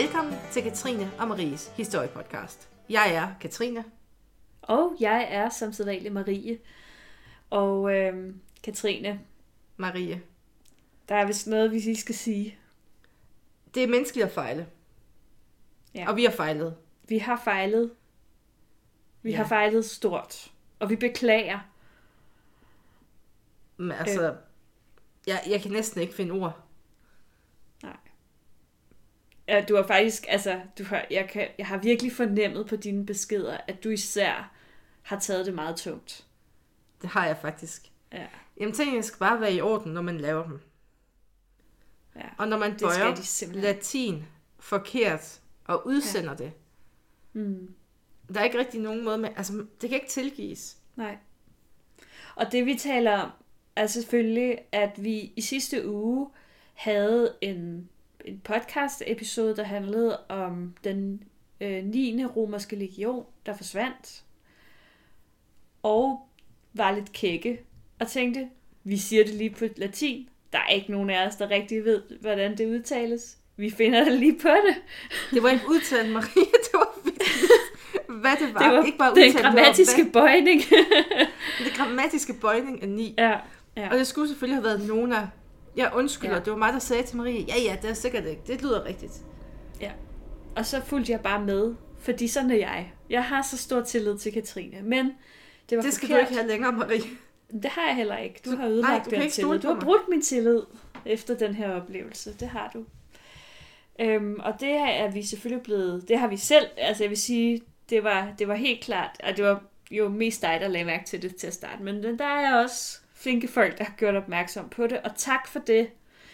Velkommen til Katrine og Maries historiepodcast. Jeg er Katrine. Og jeg er som sædvanlig Marie. Og Katrine. Marie. Der er vist noget, vi lige skal sige. Det er menneskeligt at fejle. Ja. Og vi har fejlet. Vi har fejlet. Vi har fejlet stort. Og vi beklager. Men altså, jeg kan næsten ikke finde ord. Nej. Ja, du har faktisk, jeg har virkelig fornemmet på dine beskeder, at du især har taget det meget tungt. Det har jeg faktisk. Ja. Jamen tingene skal bare være i orden, når man laver dem. Ja. Og når man bøjer latin forkert og udsender det. Der er ikke rigtig nogen måde med, altså det kan ikke tilgives. Nej. Og det vi taler om, er selvfølgelig, at vi i sidste uge havde en podcast episode, der handlede om den 9. romerske legion, der forsvandt. Og var lidt kække og tænkte, vi siger det lige på latin. Der er ikke nogen af os, der rigtig ved, hvordan det udtales. Vi finder det lige på det. Det var ikke udtalt, Marie. Det var hvad det var. Det var ikke bare den udtalt, grammatiske bøjning. Den grammatiske bøjning af 9. Ja. Og det skulle selvfølgelig have været Nona. Jeg undskylder, det var mig, der sagde til Marie, ja, det er sikkert ikke. Det lyder rigtigt. Ja. Og så fulgte jeg bare med, fordi sådan er jeg. Jeg har så stor tillid til Katrine, men det var det skal forkert. du ikke have længere, Marie. Det har jeg heller ikke. Du har ødelagt den tillid. Du har brudt min tillid efter den her oplevelse. Det har du. Og det er vi selvfølgelig blevet... Det har vi selv... Altså jeg vil sige, det var helt klart... Og det var jo mest dig, der lagde mærke til det til at starte. Men der er også flinke folk, der har gjort opmærksom på det. Og tak for det.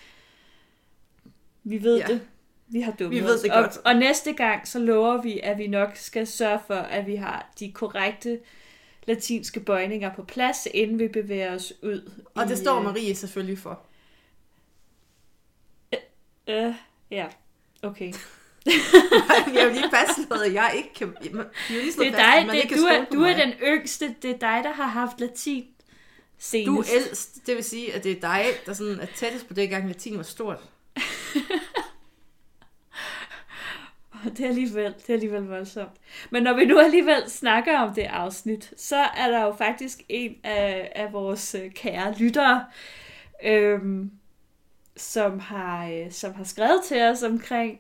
Vi ved det. Vi har dummet Vi ved det godt. Og næste gang, så lover vi, at vi nok skal sørge for, at vi har de korrekte latinske bøjninger på plads, inden vi bevæger os ud. Og det står Marie selvfølgelig for. Ja, okay. Jeg vil lige fastslå, at jeg ikke kan... Det er dig, du er den yngste. Det er dig, der har haft latin senest. Du er ældst. Det vil sige, at det er dig, der sådan er tættest på det gang, latin var stort. Det er alligevel voldsomt. Men når vi nu alligevel snakker om det afsnit, så er der jo faktisk en af vores kære lyttere, som har skrevet til os omkring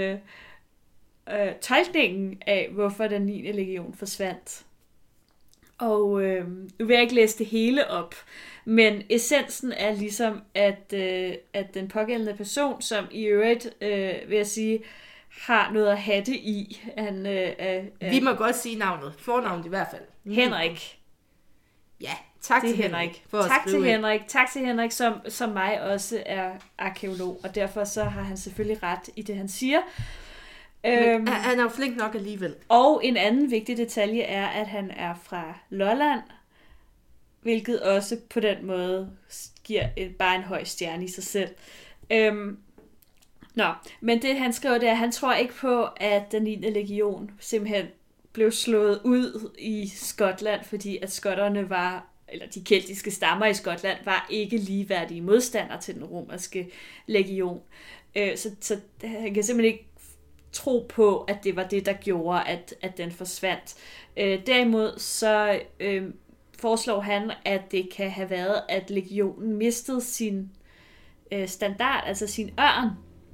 tolkningen af, hvorfor den 9. legion forsvandt. Og nu vil jeg ikke læse det hele op, men essensen er ligesom, at den pågældende person, som i øvrigt, vil jeg sige, har noget at have det i. Vi må godt sige navnet. Fornavnet i hvert fald. Henrik. Ja, tak til Henrik. Tak til Henrik, som mig også er arkeolog, og derfor så har han selvfølgelig ret i det, han siger. Men han er jo flink nok alligevel. Og en anden vigtig detalje er, at han er fra Lolland, hvilket også på den måde giver bare en høj stjerne i sig selv. Men det han skriver, det er, at han tror ikke på, at den 9. legion simpelthen blev slået ud i Skotland, fordi at skotterne var, eller de keltiske stammer i Skotland, var ikke ligeværdige modstandere til den romerske legion. Så han kan simpelthen ikke tro på, at det var det, der gjorde, at den forsvandt. Derimod så foreslår han, at det kan have været, at legionen mistede sin standard, altså sin ørn.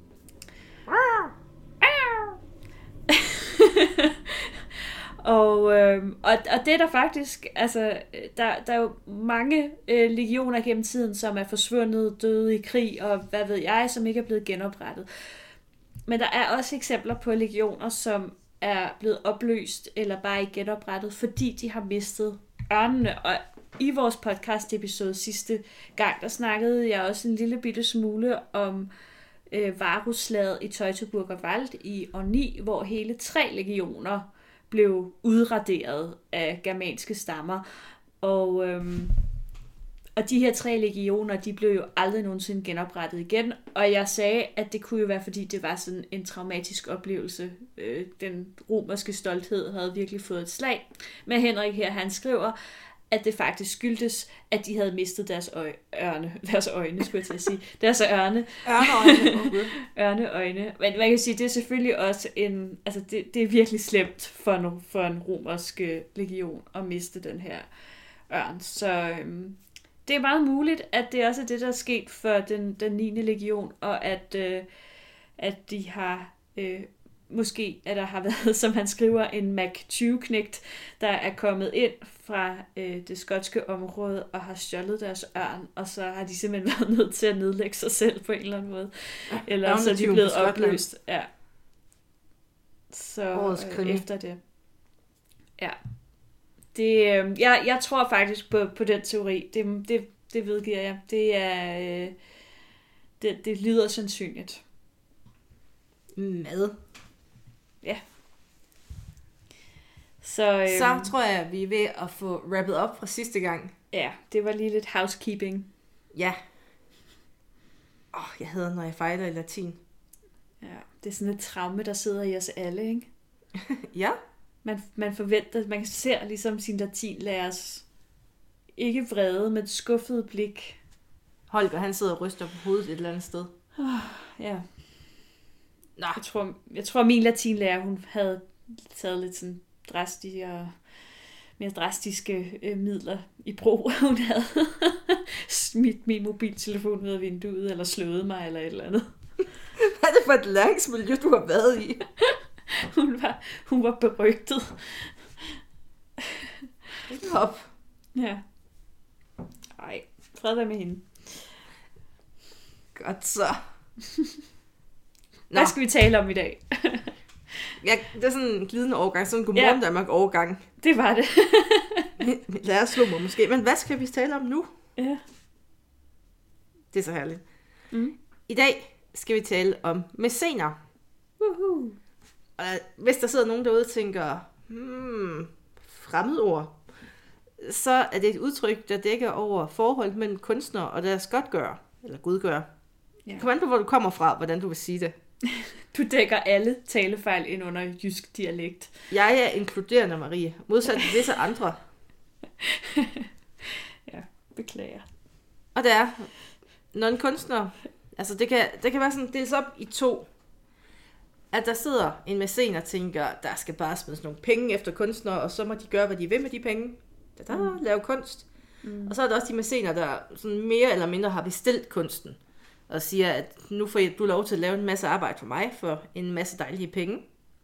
og det er der faktisk, altså der er jo mange legioner gennem tiden, som er forsvundet, døde i krig, og hvad ved jeg, som ikke er blevet genoprettet. Men der er også eksempler på legioner, som er blevet opløst, eller bare ikke genoprettet, fordi de har mistet ørnene. Og i vores podcast episode sidste gang, der snakkede jeg også en lille bitte smule om Varusslaget i Teutoburger Wald i år 9, hvor hele 3 legioner blev udraderet af germanske stammer. Og de her 3 legioner, de blev jo aldrig nogensinde genoprettet igen. Og jeg sagde, at det kunne jo være, fordi det var sådan en traumatisk oplevelse. Den romerske stolthed havde virkelig fået et slag. Men Henrik her, han skriver, at det faktisk skyldtes, at de havde mistet deres øjne, skulle jeg til at sige. Deres ørne. Ørneøjne. Men man kan sige, det er selvfølgelig også det er virkelig slemt for en romersk legion at miste den her ørn. Så det er meget muligt, at det også er det, der er sket for den 9. legion, og at de har... Måske, at der har været, som han skriver, en Mac-20-knægt, der er kommet ind fra det skotske område og har stjålet deres ørn, og så har de simpelthen været nødt til at nedlægge sig selv på en eller anden måde. Eller så er de blevet opløst. Ja. Så efter det. Ja. Jeg tror faktisk på den teori. Det vedgiver jeg. Det lyder sandsynligt. Mad. Ja. Så tror jeg, at vi er ved at få wrappet op fra sidste gang. Ja, det var lige lidt housekeeping. Ja. Jeg hader, når jeg fejler i latin. Ja, det er sådan et traume, der sidder i os alle, ikke? Ja. Man forventer, man ser ligesom sin latinlærers ikke vrede, men skuffede blik. Holger, han sidder og ryster på hovedet et eller andet sted. Ja. Nå. Jeg tror min latinlærer, hun havde taget lidt sådan mere drastiske midler i brug. Hun havde smidt min mobiltelefon ud af vinduet, eller slået mig, eller et eller andet. Hvad er det for et læringsmiljø, du har været i? Hun var berygtet. Hop. Ja. Ej, fred være med hende. Godt så. Hvad skal vi tale om i dag? Ja, det er sådan en glidende overgang, sådan en Godmorgen Danmark overgang. Det var det. Lad os slå mig måske. Men hvad skal vi tale om nu? Ja. Det er så herligt. I dag skal vi tale om mæcener. Og hvis der sidder nogen derude og tænker, fremmedord, så er det et udtryk, der dækker over forhold mellem kunstnere og deres godtgør, eller gudgør. Ja. Kom an på, hvor du kommer fra, hvordan du vil sige det. Du dækker alle talefejl ind under jysk dialekt. Jeg er inkluderende, Marie. Modsat visse andre. Ja, beklager. Og det er, når en kunstner, altså det kan være sådan deles op i to. At der sidder en mæcen og tænker, der skal bare smides nogle penge efter kunstnere, og så må de gøre, hvad de vil med de penge. Lave kunst. Og så er der også de mæcener, der sådan mere eller mindre har bestilt kunsten. Og siger, at nu får du lov til at lave en masse arbejde for mig, for en masse dejlige penge.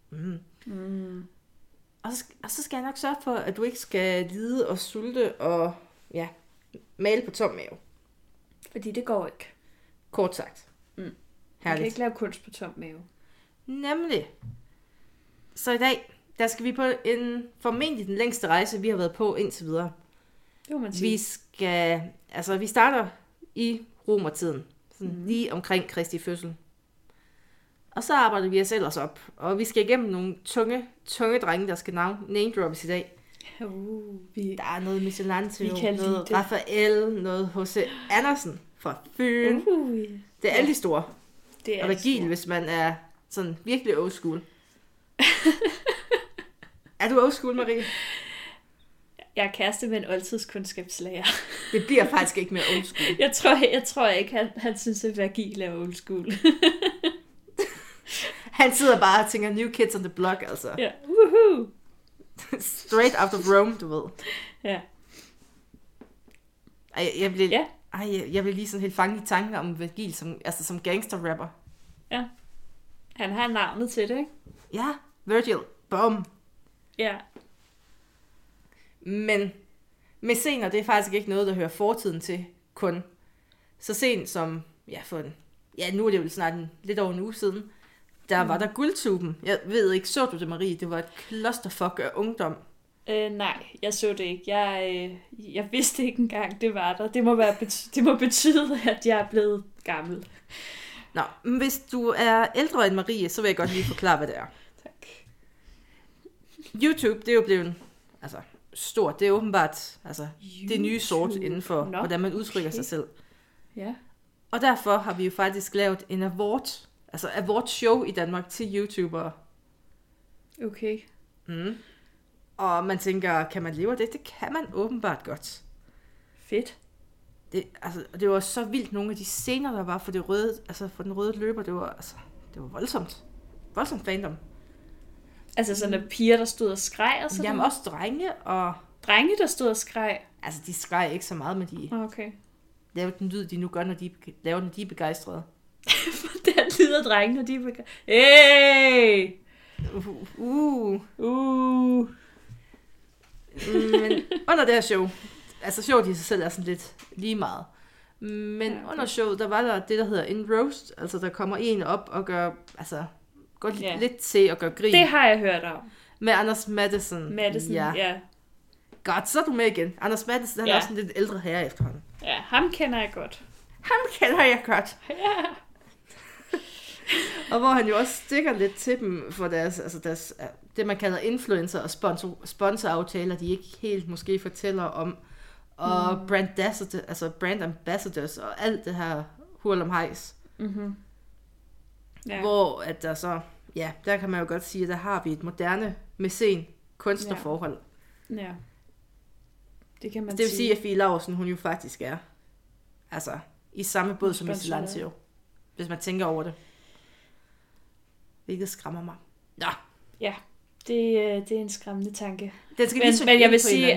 Og så skal jeg nok sørge for, at du ikke skal lide og sulte og male på tom mave. Fordi det går ikke. Kort sagt. Man kan ikke lave kunst på tom mave. Nemlig. Så i dag, der skal vi på formentlig den længste rejse, vi har været på indtil videre. Det må man sige. Vi starter i romertiden. Lige omkring Kristi fødsel. Og så arbejder vi os ellers op. Og vi skal igennem nogle tunge drenge, der skal name-droppes i dag. Der er noget Michelangelo, noget Raphael, noget H.C. Andersen fra Fyn. Det er alle de store. Det er og Vergil, hvis man er sådan virkelig old school. Er du old school, Marie? Jeg er kæreste med en oldtidskundskabslærer. Det bliver faktisk ikke mere old school. Jeg tror ikke, han synes, at Vergil er old school. Han sidder bare og tænker, new kids on the block, altså. Ja, woohoo! Straight out of Rome, du ved. Ja. Jeg blev lige sådan helt fanget i tanken om Vergil som gangster-rapper. Ja. Han har navnet til det, ikke? Ja, Virgil. Bum. Ja. Men mæcener, det er faktisk ikke noget, der hører fortiden til kun. Så sent som, nu er det jo snart lidt over en uge siden, der var der guldtuben. Jeg ved ikke, så du det, Marie? Det var et clusterfuck af ungdom. Nej, jeg så det ikke. Jeg vidste ikke engang, det var der. Det må betyde, at jeg er blevet gammel. Nå, men hvis du er ældre end Marie, så vil jeg godt lige forklare, hvad det er. Tak. YouTube, det er jo blevet stort. Det er åbenbart det nye sort inden for, hvordan man udtrykker sig selv. Ja. Og derfor har vi jo faktisk lavet en award show i Danmark til YouTubere. Okay. Og man tænker, kan man leve af det? Det kan man åbenbart godt. Fedt. Det var så vildt, nogle af de scener, der var for det røde, altså for den røde løber, det var voldsomt. Voldsomt fandom. Altså sådan at piger, der stod og skreg og sådan. Jamen også drenge og... Drenge, der stod og skreg? Altså, de skreg ikke så meget, men de lavede den lyd, de nu gør, når de er begejstrede. Der lyder drenge, når de er begejstrede. Hey! Men under det her show, altså showet i sig selv er sådan lidt lige meget. Men under showet, der var der det, der hedder en roast. Altså, der kommer en op og går lidt til og gør grin. Det har jeg hørt om. Med Anders Matthesen. Ja. Godt, så er du med igen. Anders Matthesen, han er også en lidt ældre herre efterhånden. Ja, ham kender jeg godt. Ja. Og hvor han jo også stikker lidt til dem for deres det man kalder influencer og sponsoraftaler, de ikke helt måske fortæller om. Og brand ambassadors og alt det her hurl om hejs. Mm-hmm. Ja. Hvor at der så, der kan man jo godt sige, at der har vi et moderne mæcen kunstnerforhold. Ja. Det kan man det vil sige, at Fie Laursen, hun jo faktisk er i samme båd som Michelangelo. Hvis man tænker over det. Hvilket skræmmer mig. Ja, det er en skræmmende tanke. Men jeg vil sige,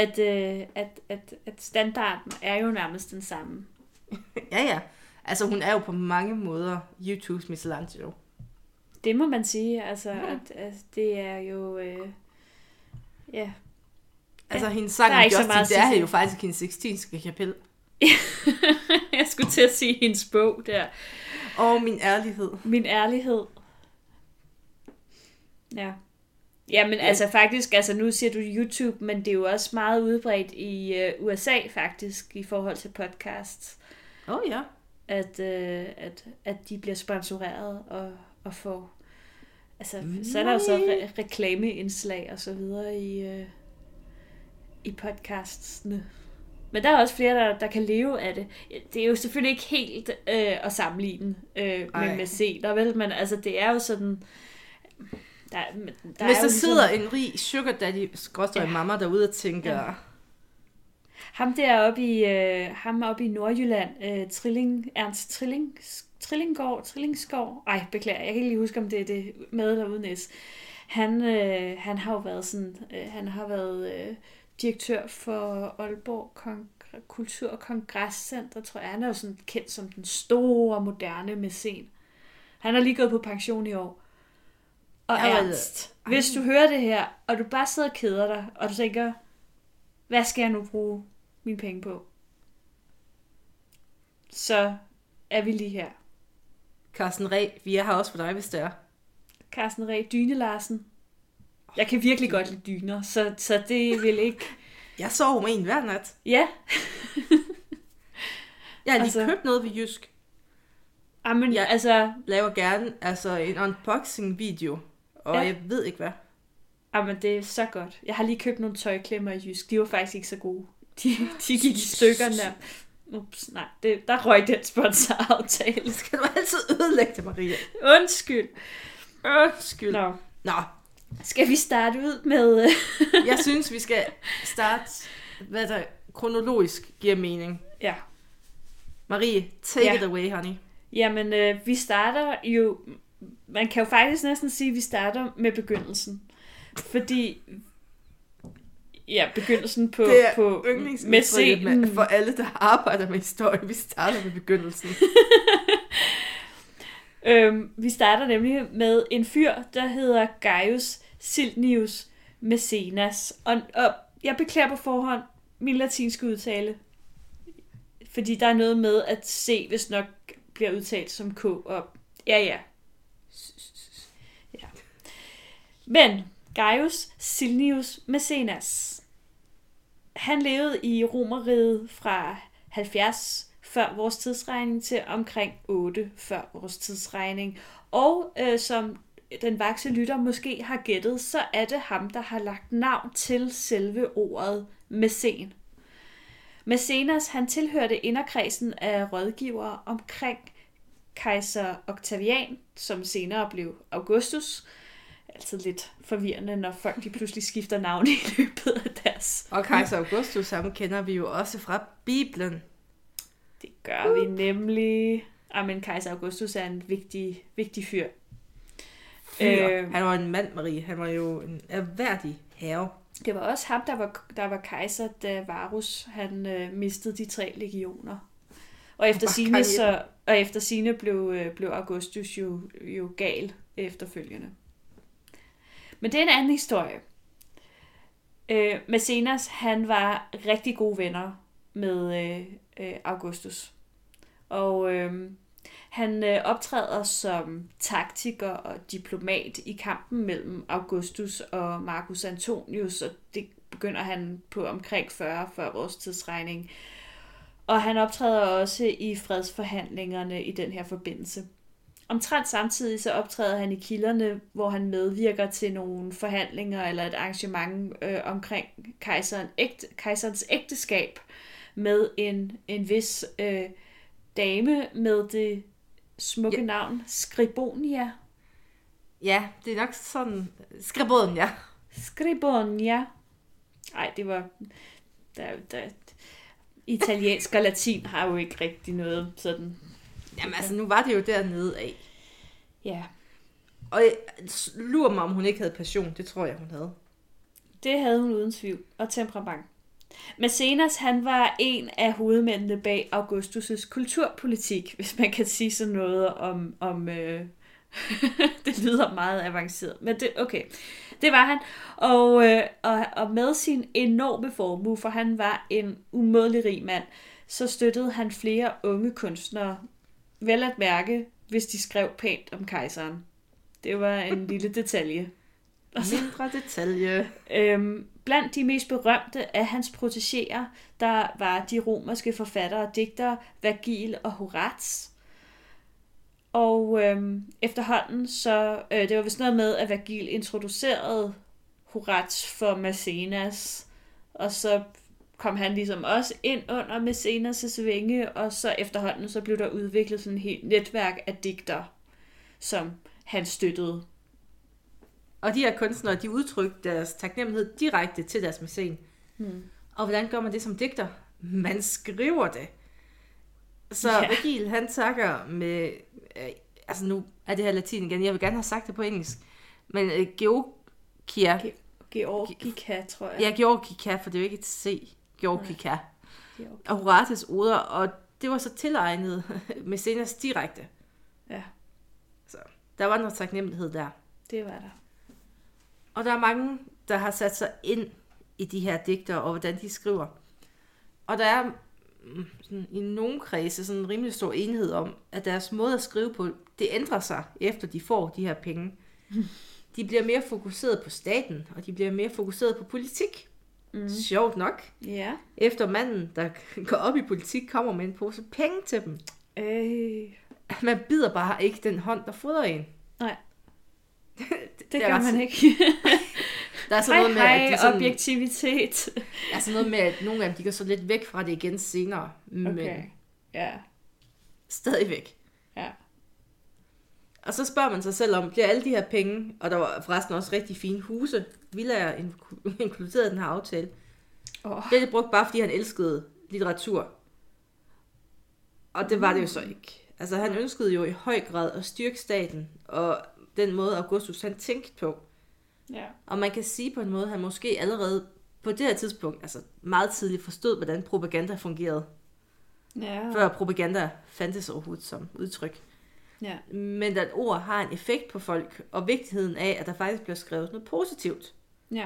at standarden er jo nærmest den samme. Ja. Altså, hun er jo på mange måder YouTubes Michelangelo. Det må man sige. Altså, at det er jo... Altså, hendes sang om Justin, det er jo faktisk hendes Sixtinske kapel. Jeg skulle til at sige hendes bog der. Og min ærlighed. Min ærlighed. Ja. Jamen altså faktisk, nu siger du YouTube, men det er jo også meget udbredt i USA faktisk, i forhold til podcasts. Ja. At de bliver sponsoreret og får... Altså, så er der jo så reklameindslag og så videre i podcastsene. Men der er også flere, der kan leve af det. Det er jo selvfølgelig ikke helt at sammenligne med mæcener, vel? Men altså, det er jo sådan... Hvis der sidder en rig sugar daddy mamma derude og tænker... Ja. Ham deroppe i Nordjylland, Ernst Trillingsgaard. Ej, beklager, jeg kan ikke lige huske, om det er det med eller uden næs. Han har jo været sådan... han har været direktør for Aalborg Kultur- og Kongresscenter, tror jeg. Han er jo sådan kendt som den store, moderne mæcen. Han er lige gået på pension i år. Og Ernst, hvis du hører det her, og du bare sidder og keder dig, og du tænker, hvad skal jeg nu bruge mine penge på? Så er vi lige her. Carsten Reh, vi er her også for dig, hvis det er. Carsten Reh, Dyne Larsen. Jeg kan virkelig godt lide dyner, så det vil ikke... Jeg sover med en hver nat. Ja. Jeg har lige købt noget ved Jysk. Amen, jeg laver gerne en unboxing-video, og jeg ved ikke hvad. Jamen, det er så godt. Jeg har lige købt nogle tøjklemmer i Jysk. De var faktisk ikke så gode. De gik i stykkerne der. Ups, nej. Der røg den sponsoraftale. Skal du altid ødelægge det, Maria? Undskyld. Nå. Skal vi starte ud med... Jeg synes, vi skal starte, hvad der kronologisk giver mening. Ja. Marie, take it away, honey. Jamen, vi starter jo... Man kan jo faktisk næsten sige, at vi starter med begyndelsen. Fordi... Ja, begyndelsen på... Det er yndlingsudtrykket for alle, der arbejder med historie. Vi starter med begyndelsen. Vi starter nemlig med en fyr, der hedder Gaius Silnius Maecenas. Og jeg beklager på forhånd min latinske udtale. Fordi der er noget med, at C hvis nok bliver udtalt som K. Og ja. Men Gaius Silnius Maecenas, han levede i Romerriget fra 70 før vores tidsregning til omkring 8 før vores tidsregning. Og som den vakse lytter måske har gættet, så er det ham, der har lagt navn til selve ordet mæcen. Maecenas, han tilhørte inderkredsen af rådgivere omkring kejser Octavian, som senere blev Augustus, altid lidt forvirrende, når folk de pludselig skifter navn i løbet af deres... Og kejser Augustus, ham kender vi jo også fra Bibelen. Det gør vi nemlig. Men kejser Augustus er en vigtig fyr. Han var en mand, Marie. Han var jo en erhverdig herre. Det var også ham, der var kejser, da Varus han mistede de 3 legioner. Og efter sine blev Augustus jo gal efterfølgende. Men det er en anden historie. Maecenas, han var rigtig gode venner med Augustus. Og han optræder som taktiker og diplomat i kampen mellem Augustus og Marcus Antonius, og det begynder han på omkring 40 før vores tidsregning. Og han optræder også i fredsforhandlingerne i den her forbindelse. Omtrent samtidig så optræder han i kilderne, hvor han medvirker til nogle forhandlinger eller et arrangement omkring kejserens ægteskab med en vis dame med det smukke navn Scribonia. Ja, det er nok sådan... Scribonia. Scribonia. Ej, det var... Italiensk og latin har jo ikke rigtig noget sådan... Jamen altså, nu var det jo dernede af. Ja. Og lurer mig, om hun ikke havde passion. Det tror jeg, hun havde. Det havde hun uden tvivl. Og temperament. Maecenas, han var en af hovedmændene bag Augustus' kulturpolitik, hvis man kan sige sådan noget om det lyder meget avanceret, men det var han. Og med sin enorme formue, for han var en umådelig rig mand, så støttede han flere unge kunstnere, vel at mærke, hvis de skrev pænt om kejseren. Det var en lille detalje. Mindre detalje. Blandt de mest berømte af hans protegéer, der var de romerske forfattere og digtere Vergil og Horaz. Og efterhånden så, det var vist noget med, at Vergil introducerede Horaz for Maecenas, og så kom han ligesom også ind under Maecenas' vinge, og så efterhånden så blev der udviklet sådan et helt netværk af digtere, som han støttede. Og de her kunstnere, de udtrykte deres taknemmelighed direkte til deres mæcen. Og hvordan gør man det som digter? Man skriver det. Så Vergil, han takker med... altså nu er det her latin igen. Jeg vil gerne have sagt det på engelsk. Men Georgia, tror jeg. Ja, Georgica, for det er jo ikke et C. Georgica. Og Horaces oder, og det var så tilegnet Maecenas direkte. Ja. Så der var noget taknemmelighed der. Det var der. Og der er mange, der har sat sig ind i de her digter, og hvordan de skriver. Og der er sådan, i nogle kredse sådan en rimelig stor enighed om, at deres måde at skrive på, det ændrer sig, efter de får de her penge. De bliver mere fokuseret på staten, og de bliver mere fokuseret på politik. Sjovt nok. Ja. Efter manden, der går op i politik, kommer med en pose penge til dem. Man bider bare ikke den hånd, der fodrer en. Nej. Det gør man ikke. Der er sådan noget med, at de sådan, objektivitet. Der er sådan noget med, at nogle af dem, de går så lidt væk fra det igen senere. Men ja. Stadigvæk. Ja. Og så spørger man sig selv om, bliver alle de her penge, og der var forresten også rigtig fine huse, villager inkluderet i den her aftale, det er brugt bare, fordi han elskede litteratur. Og det var det jo så ikke. Altså han ønskede jo i høj grad at styrke staten, og den måde Augustus han tænkte på. Ja. Og man kan sige på en måde, at han måske allerede på det her tidspunkt, altså meget tidligt forstod, hvordan propaganda fungerede. Ja. Før propaganda fandtes overhovedet som udtryk. Ja. Men at ord har en effekt på folk, og vigtigheden af, at der faktisk bliver skrevet noget positivt. Ja.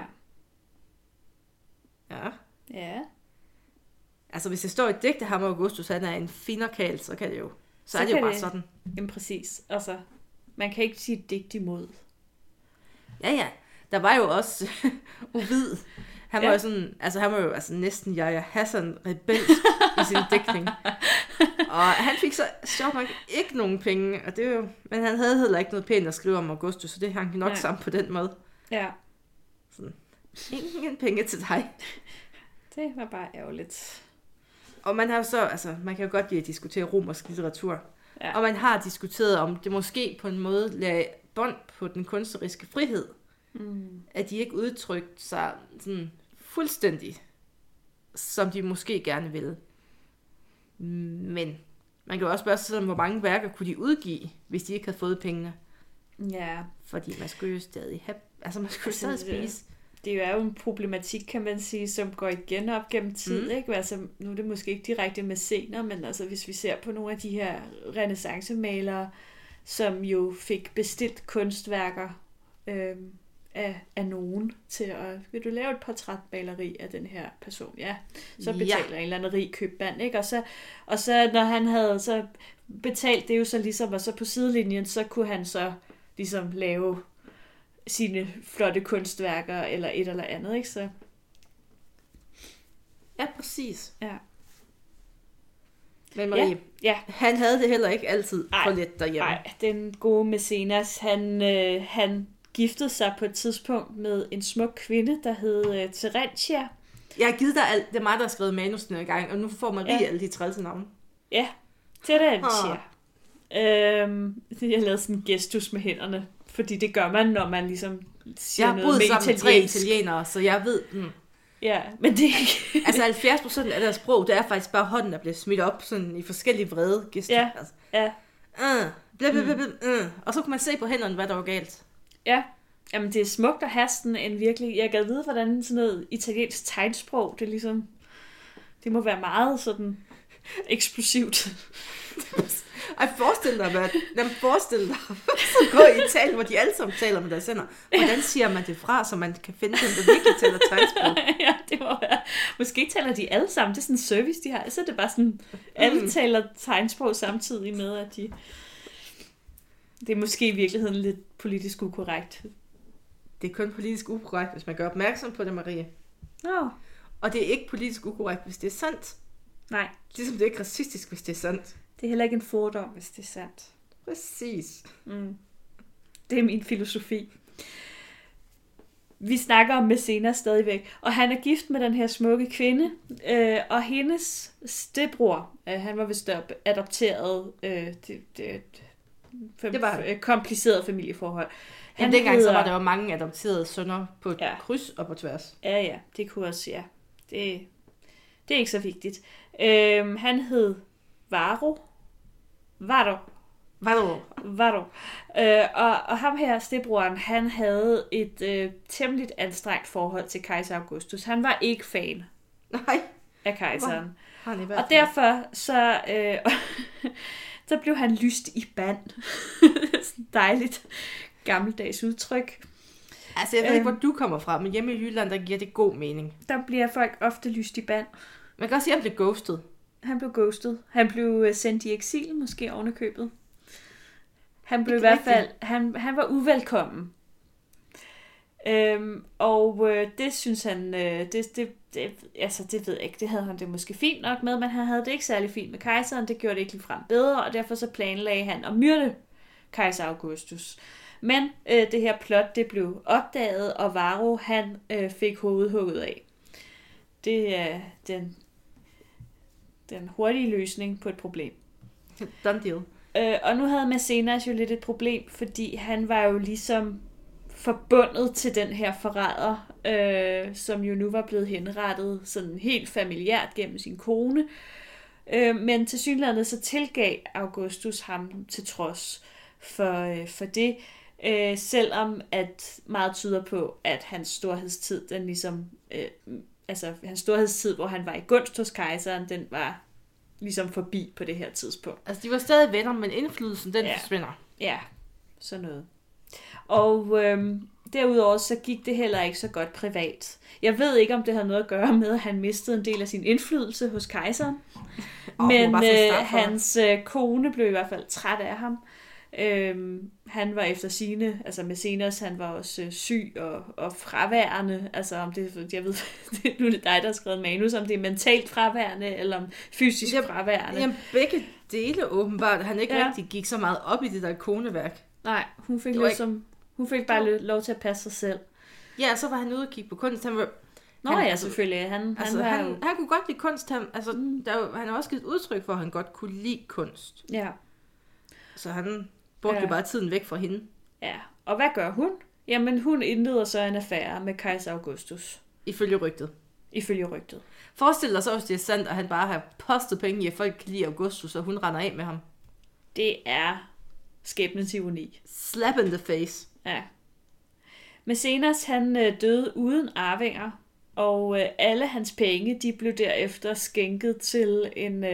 Ja. Ja. Altså hvis det står i et digt af ham, Augustus, han er en fingerkald, så kan det jo. Så er det jo bare sådan. Jamen præcis. Altså, man kan ikke sige digt imod. Ja. Der var jo også Ovid. Han var jo sådan, altså han var jo altså næsten Yahya Hassan rebelsk i sin digtning. Og han fik så sjovt nok ikke nogen penge, og det jo, men han havde heller ikke noget pænt at skrive om Augustus, så det hang nok sammen på den måde. Ja. Sådan, ingen penge til dig. Det var bare ærgerligt. Og man har jo så, altså man kan jo godt lide at diskutere romersk litteratur. Ja. Og man har diskuteret, om det måske på en måde lagde bånd på den kunstneriske frihed. at de ikke udtrykte sig sådan fuldstændig, som de måske gerne ville. Men man kan jo også spørge sig selv, hvor mange værker kunne de udgive, hvis de ikke havde fået pengene. Ja. Fordi man skulle jo stadig have, altså man skulle stadig spise. Det er jo en problematik, kan man sige, som går igen op gennem tid, ikke? Altså, nu er det måske ikke direkte mæcener, men altså, hvis vi ser på nogle af de her renæssancemalere, som jo fik bestilt kunstværker af nogen til at, vil du lave et portrætmaleri af den her person? Ja, så betaler en eller anden rig købmand, ikke? Og så når han havde så betalt det jo så ligesom, og så på sidelinjen, så kunne han så ligesom lave sine flotte kunstværker, eller et eller andet, ikke? Så. Ja, præcis. Ja. Men Marie, han havde det heller ikke altid for let derhjemme. Nej, den gode Mæcenas, han giftede sig på et tidspunkt med en smuk kvinde, der hed Terentia. Jeg har givet dig alt. Det er mig, der har skrevet manusene i gang, og nu får Marie alle de trælse navne. Ja, Terentia. Jeg lavede sådan en gestus med hænderne, fordi det gør man, når man ligesom siger noget med italiensk. Jeg har boet sammen med 3 italienere, så jeg ved... Ja, men det er ikke... altså 70% af deres sprog, det er faktisk bare hånden, der bliver smidt op sådan i forskellige vrede gester. Ja, altså. Og så kunne man se på hænderne, hvad der var galt. Ja, jamen det er smukt at have sådan en virkelig... Jeg gad vide, hvordan sådan noget italiensk tegnsprog, det ligesom... Det må være meget sådan eksplosivt. Ej, forestil dig, så gå i Italien, hvor de alle sammen taler med deres hænder. Hvordan siger man det fra, så man kan finde dem, der virkelig taler tegnsprog? Ja, det må være. Måske taler de alle sammen. Det er sådan en service, de har. Så er det bare sådan, alle taler tegnsprog samtidig med, at de... Det er måske i virkeligheden lidt politisk ukorrekt. Det er kun politisk ukorrekt, hvis man gør opmærksom på det, Marie. Nå. Og det er ikke politisk ukorrekt, hvis det er sandt. Nej. Ligesom det er ikke racistisk, hvis det er sandt. Det er heller ikke en fordom, hvis det er sandt. Præcis. Det er min filosofi. Vi snakker om Mæcenas stadigvæk, og han er gift med den her smukke kvinde, og hendes stedbror, han var vist adopteret, det var kompliceret familieforhold. Han dengang så var der jo mange adopterede sønner på kryds og på tværs. Ja, det kunne også, det er ikke så vigtigt. Han hed Varo. Og ham her, stedbroren, han havde et temmelig anstrengt forhold til kejser Augustus. Han var ikke fan af kejseren. Og derfor så blev han lyst i band. Sådan dejligt gammeldags udtryk. Altså, jeg ved ikke, hvor du kommer fra, men hjemme i Jylland, der giver det god mening. Der bliver folk ofte lyst i band. Man kan også sige, at han blev ghostet. Han blev sendt i eksil, måske ovenikøbet. Han blev i hvert fald... Han var uvelkommen. Og det synes han... det ved jeg ikke. Det havde han det måske fint nok med, men han havde det ikke særlig fint med kejseren. Det gjorde det ikke ligefrem bedre, og derfor så planlagde han at myrde kejser Augustus. Men det her plot, det blev opdaget, og Varro, han fik hovedet hugget af. Det er den hurtige løsning på et problem. Done deal. Og nu havde Mæcenas jo lidt et problem, fordi han var jo ligesom forbundet til den her forræder, som jo nu var blevet henrettet sådan helt familiært gennem sin kone. Men tilsyneladende så tilgav Augustus ham til trods for det, selvom at meget tyder på, at hans storhedstid, den ligesom, hans storhedstid, hvor han var i gunst hos kejseren, den var ligesom forbi på det her tidspunkt. Altså, de var stadig venner, men indflydelsen, den forsvinder. Ja, sådan noget. Og derudover så gik det heller ikke så godt privat. Jeg ved ikke, om det havde noget at gøre med, at han mistede en del af sin indflydelse hos kejseren. Men hans kone blev i hvert fald træt af ham. Han var efter sigende, altså Mæcenas, han var også syg og fraværende. Altså om det, jeg ved, nu er det dig, der har skrevet manus, om det er mentalt fraværende, eller om fysisk fraværende. Jamen begge dele åbenbart. Han ikke rigtig gik så meget op i det der koneværk. Nej, hun fik bare lov til at passe sig selv. Ja, så var han ude og kigge på kunst. Selvfølgelig. Han kunne godt lide kunst. Han har også givet udtryk for, at han godt kunne lide kunst. Ja. Så han brugte jo bare tiden væk fra hende. Ja, og hvad gør hun? Jamen, hun indleder så en affære med kejser Augustus. Ifølge rygtet. Ifølge rygtet. Forestil dig så, hvis det er sandt, at han bare har postet penge i, at folk kan lide Augustus, og hun render af med ham. Det er skæbnens ironi. Slap in the face. Ja. Mæcenas, han døde uden arvinger, og alle hans penge, de blev derefter skænket til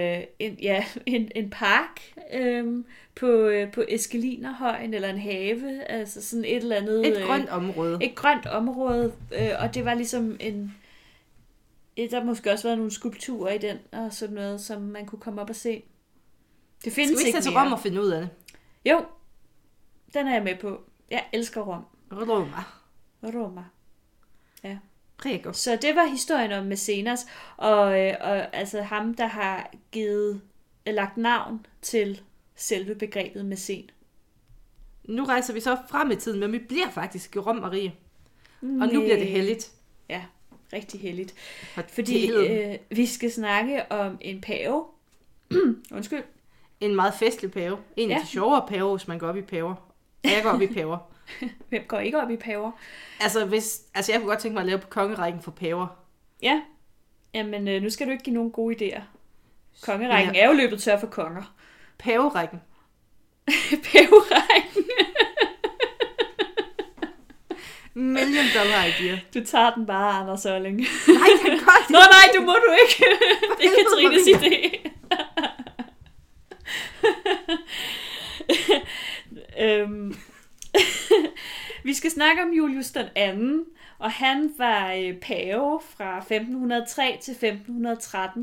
en park på Eskelinerhøjen, eller en have, altså sådan et eller andet... Et grønt område. Et grønt område, og det var ligesom der måske også været nogle skulpturer i den, og sådan noget, som man kunne komme op og se. Det findes ikke mere. Skal vi ikke tage til Rom og finde ud af det? Jo, den er jeg med på. Jeg elsker Rom. Roma. Ja. Rego. Så det var historien om Mæcenas, og altså ham, der har lagt navn til selve begrebet mæcen. Nu rejser vi så frem i tiden, men vi bliver faktisk i Rom, Marie. Og nu bliver det helligt. Ja, rigtig heldigt. Fordi vi skal snakke om en pave. Undskyld. En meget festlig pave. En af de sjovere paver, hvis man går op i paver. Jeg går op i paver. Hvem går ikke op i paver? Altså, jeg kunne godt tænke mig at lave på kongerækken for paver. Ja. Jamen, nu skal du ikke give nogen gode idéer. Kongerækken er jo løbet tør for konger. Paverækken. Paverækken. $1 million idea. Du tager den bare, Anders Ørling. Nej, det er godt. Nå nej, du må du ikke. Det er Katrines idé. Vi skal snakke om Julius den anden, og han var pave fra 1503 til 1513.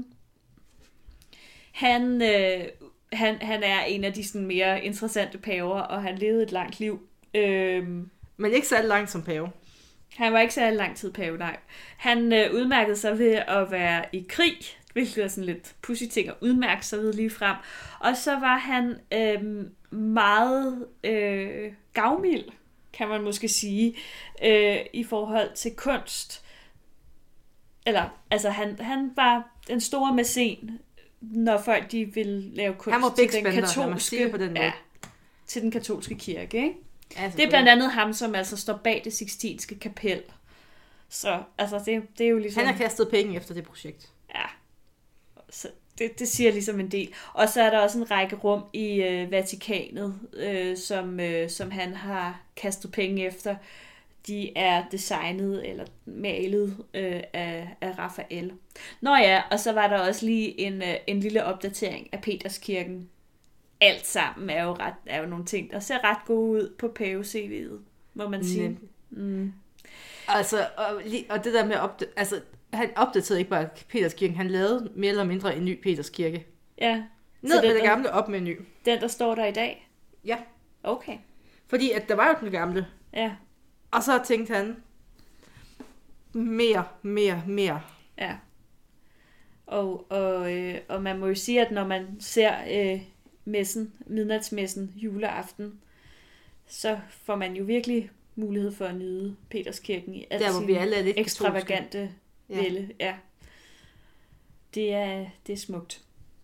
Han er en af de sådan mere interessante paver, og han levede et langt liv. Men ikke så langt som pave. Han var ikke så lang tid pave, nej. Han udmærkede sig ved at være i krig, hvilket er sådan lidt pussy ting at udmærke sig ved lige frem. Og så var han meget gavmild, kan man måske sige, i forhold til kunst. Eller, altså han var den store mæcen, når folk de ville lave kunst til den katolske, på den måde. Ja, til den katolske kirke, ikke? Ja, det er blandt andet ham, som altså står bag det Sixtinske kapel. Så altså det er jo ligesom... Han har kastet penge efter det projekt. Ja, så det siger ligesom en del. Og så er der også en række rum i Vatikanet, som han har kastet penge efter. De er designet eller malet af Raphael. Nå ja, og så var der også lige en lille opdatering af Peterskirken. Alt sammen er jo nogle ting, der ser ret gode ud på pave-CV'et, må man sige. Mm. Altså, og det der med han opdaterede ikke bare Peterskirken, han lavede mere eller mindre en ny Peterskirke. Ja. Ned med det gamle, op med en ny. Den, der står der i dag? Ja. Okay. Fordi at der var jo den gamle. Ja. Og så tænkte han, mere. Ja. Og man må jo sige, at når man ser midnatsmessen juleaften, så får man jo virkelig mulighed for at nyde Peterskirken i alt sin ekstravagante vælde. Ja. Det er smukt.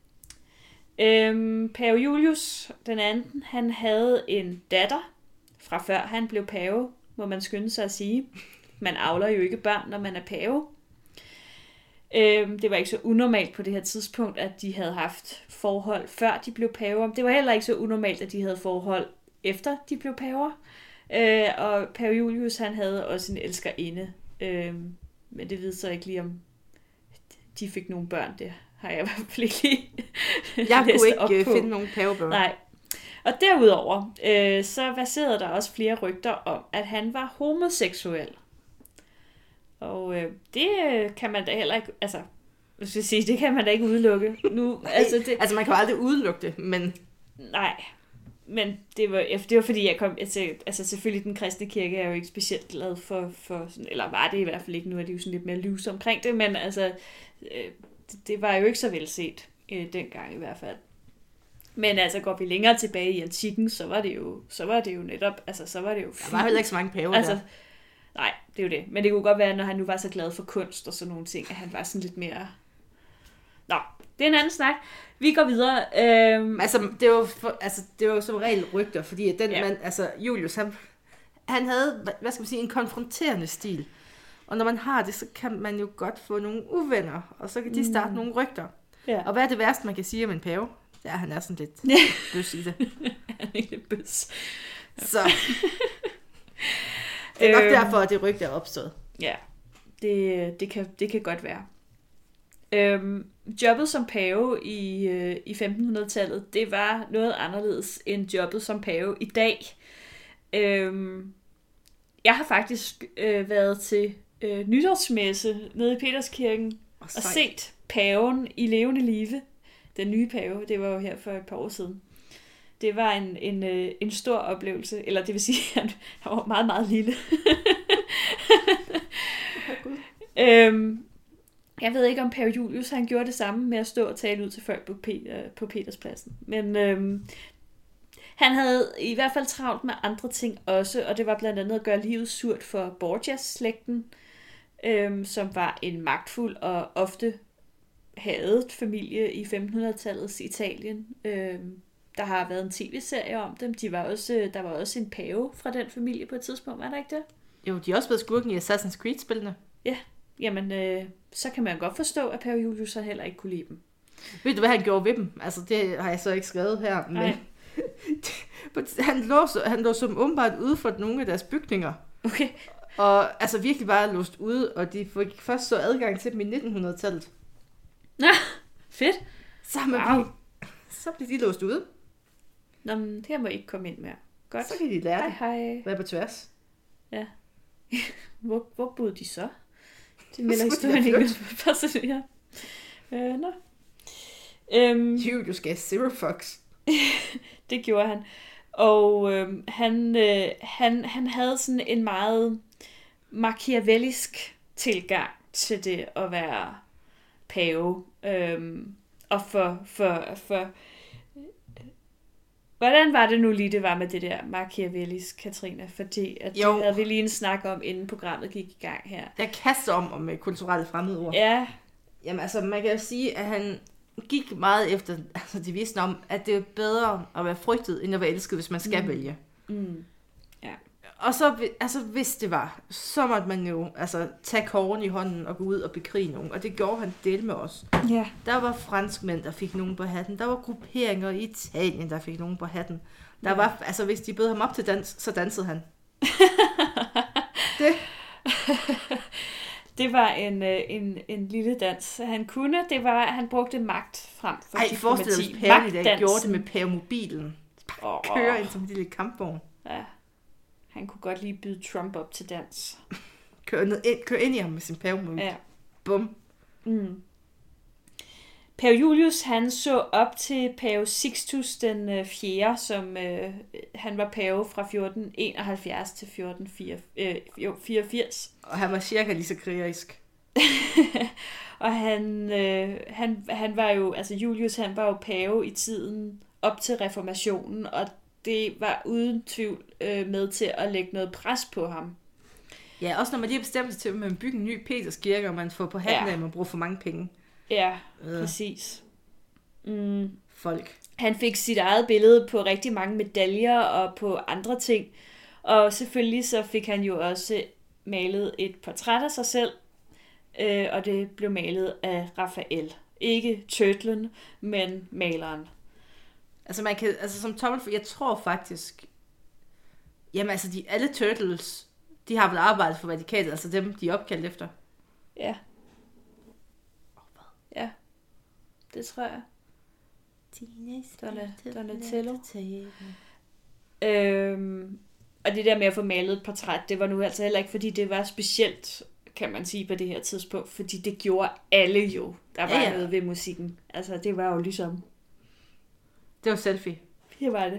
Pave Julius den anden, han havde en datter fra før han blev pave, må man skynde sig at sige. Man avler jo ikke børn, når man er pave. Det var ikke så unormalt på det her tidspunkt, at de havde haft forhold før de blev paver. Det var heller ikke så unormalt, at de havde forhold efter de blev paver. Og pave Julius, han havde også en elskerinde. Men det ved så ikke lige, om de fik nogle børn. Det har jeg i hvert fald ikke lige jeg kunne ikke finde nogle pavebørn. Nej. Og derudover, så baserede der også flere rygter om, at han var homoseksuel. Og det kan man da heller ikke, altså, det kan man da ikke udelukke. Nu, altså man kan jo aldrig udelukke det, men... Nej, men det var fordi jeg kom, altså selvfølgelig den kristne kirke er jo ikke specielt glad for sådan, eller var det i hvert fald ikke, nu er de jo sådan lidt mere lyse omkring det, men altså, det var jo ikke så velset dengang i hvert fald. Men altså går vi længere tilbage i antikken, så var det jo netop, altså så var det jo fint. Der var heller ikke så mange paver altså, der. Nej, det er jo det. Men det kunne godt være, når han nu var så glad for kunst og sådan nogle ting, at han var sådan lidt mere... Nå, det er en anden snak. Vi går videre. Altså, det var jo som regel rygter, fordi at den mand, altså Julius, han havde, hvad skal man sige, en konfronterende stil. Og når man har det, så kan man jo godt få nogle uvenner, og så kan de starte nogle rygter. Ja. Og hvad er det værste, man kan sige om en pave? Ja, han er sådan lidt bøs i det. Han er lidt bøs. Så det er nok derfor, at det rygte er opstået. Ja, det kan godt være. Jobbet som pave i 1500-tallet, det var noget anderledes end jobbet som pave i dag. Jeg har faktisk været til nytårsmesse nede i Peterskirken og set paven i levende live. Den nye pave, det var jo her for et par år siden. Det var en stor oplevelse, eller det vil sige, at han var meget, meget lille. Jeg ved ikke, om pave Julius han gjorde det samme med at stå og tale ud til folk på Peterspladsen. Men han havde i hvert fald travlt med andre ting også, og det var blandt andet at gøre livet surt for Borgias-slægten, som var en magtfuld og ofte hadet familie i 1500-tallets Italien. Der har været en tv-serie om dem. Der var også en pave fra den familie på et tidspunkt, var der ikke det? Jo, de har også været skurken i Assassin's Creed-spillene. Ja, jamen så kan man godt forstå, at pave Julius heller ikke kunne lide dem. Ved du, hvad han gjorde ved dem? Altså, det har jeg så ikke skrevet her, men han lå som åbenbart ude for nogle af deres bygninger. Okay. Og altså virkelig bare låst ude, og de fik først så adgang til dem i 1900-tallet. Nå, fedt. Så blev de låst ude. Nå, men her må I ikke komme ind mere. Godt. Så kan de lære det. Hej. Hvad på tværs? Ja. Hvor boede de så? De melder historien ikke ud. Nå. Julius gav zero fucks. Det gjorde han. Og han havde sådan en meget machiavellisk tilgang til det at være pave. Og for hvordan var det nu lige, det var med det der machiavellisk, Katrine? Fordi at det havde vi lige en snak om, inden programmet gik i gang her. Jeg kaster om kulturelle fremmedord. Ja. Jamen altså, man kan jo sige, at han gik meget efter, altså de vidste om, at det er bedre at være frygtet, end at være elsket, hvis man skal vælge. Ja. Og så, altså hvis det var, så måtte man jo altså tage kåren i hånden og gå ud og bekrige nogen. Og det gjorde han del med os. Ja. Der var franskmænd, der fik nogen på hatten. Der var grupperinger i Italien, der fik nogen på hatten. Der var, altså hvis de bød ham op til dans, så dansede han. Det var en lille dans. Han kunne, det var, han brugte magt frem for diplomati. Forestil dig, hvis paven i dag gjorde det med pavemobilen. Køre ind som en lille kampvogn. Ja. Han kunne godt lige byde Trump op til dans. Kør ind i ham med sin pavemobil. Ja. Bum. Pave Julius, han så op til pave Sixtus den 4., som han var pave fra 1471 til 1484. Og han var cirka lige så krigerisk. Og han var jo, altså Julius, han var jo pave i tiden op til reformationen, og det var uden tvivl med til at lægge noget pres på ham. Ja, også når man lige har bestemt sig til, at man bygger en ny Peterskirke, og man får på hatten af, at man bruger for mange penge. Ja, præcis. Folk. Han fik sit eget billede på rigtig mange medaljer og på andre ting. Og selvfølgelig så fik han jo også malet et portræt af sig selv, og det blev malet af Raphael. Ikke turtlen, men maleren. Altså man kan, altså som tommel, jeg tror faktisk, jamen altså alle turtles, de har vel arbejdet for Vatikanet, altså dem, de er opkaldt efter. Ja. Ja, det tror jeg. Donatello. Og det der med at få malet et portræt, det var nu altså heller ikke, fordi det var specielt, kan man sige, på det her tidspunkt, fordi det gjorde alle jo, der var noget ved musikken. Altså, det var jo ligesom... Det var selfie. Det var det.